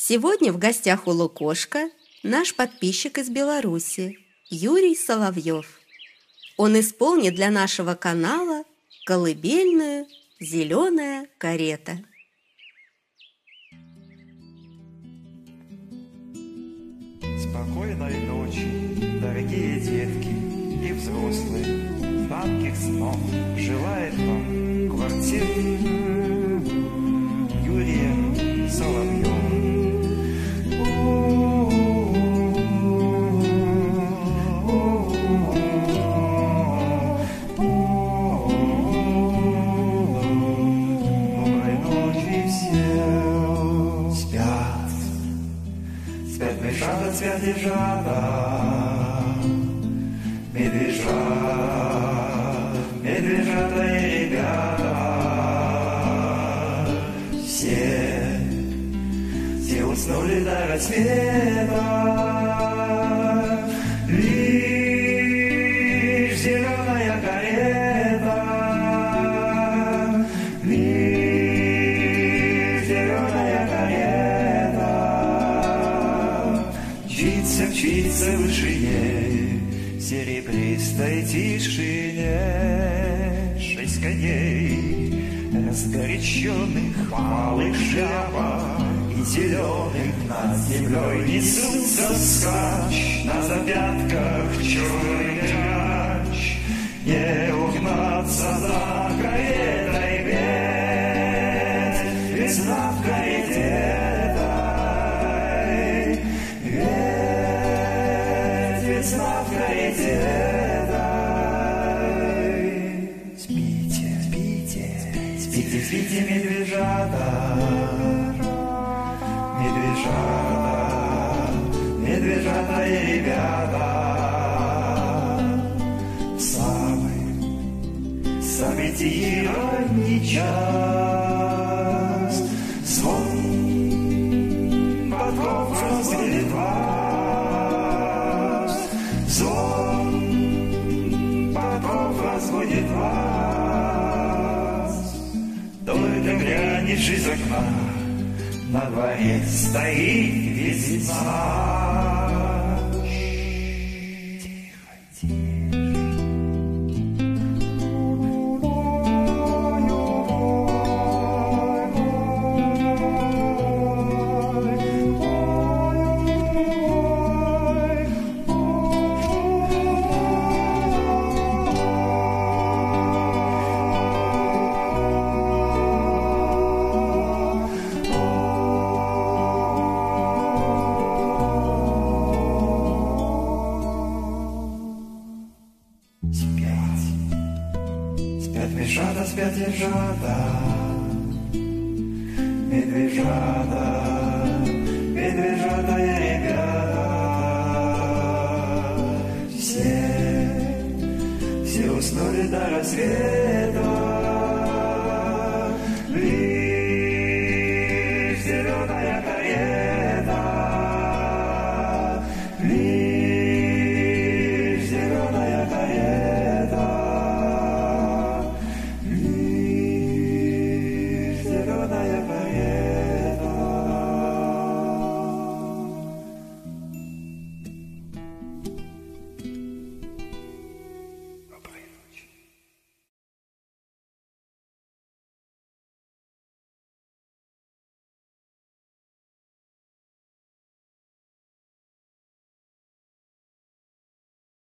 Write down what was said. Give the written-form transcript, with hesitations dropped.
Сегодня в гостях у Лукошка наш подписчик из Беларуси Юрий Соловьев. Он исполнит для нашего канала колыбельную «Зеленая карета». Спокойной ночи, дорогие детки и взрослые. Сладких снов желает вам квартет Юрия Соловьева. Доброй ночи всем. Спят, спят медвежата, спят медвежата, медвежата и ребята. Все уснули до рассвета. Лишь зеленая карета, лишь зеленая карета мчится в вышине серебристой тишине. 6 коней, разгоряченных малых шляпах и зеленых над землей несутся вскачь, на запятках черный мяч. Не угнаться за каретой весна в карете этой, весна в карете этой. Спите, спите, спите, спите, медвежата, медвежата, медвежата и ребята. Самый тихий ранний час звон подков разбудит вас, звон подков разбудит вас. Только глянешь из окна, на дворе стоит весна. Спят медвежата, спят медвежата, медвежата, медвежата и ребята. Все уснули до рассвета.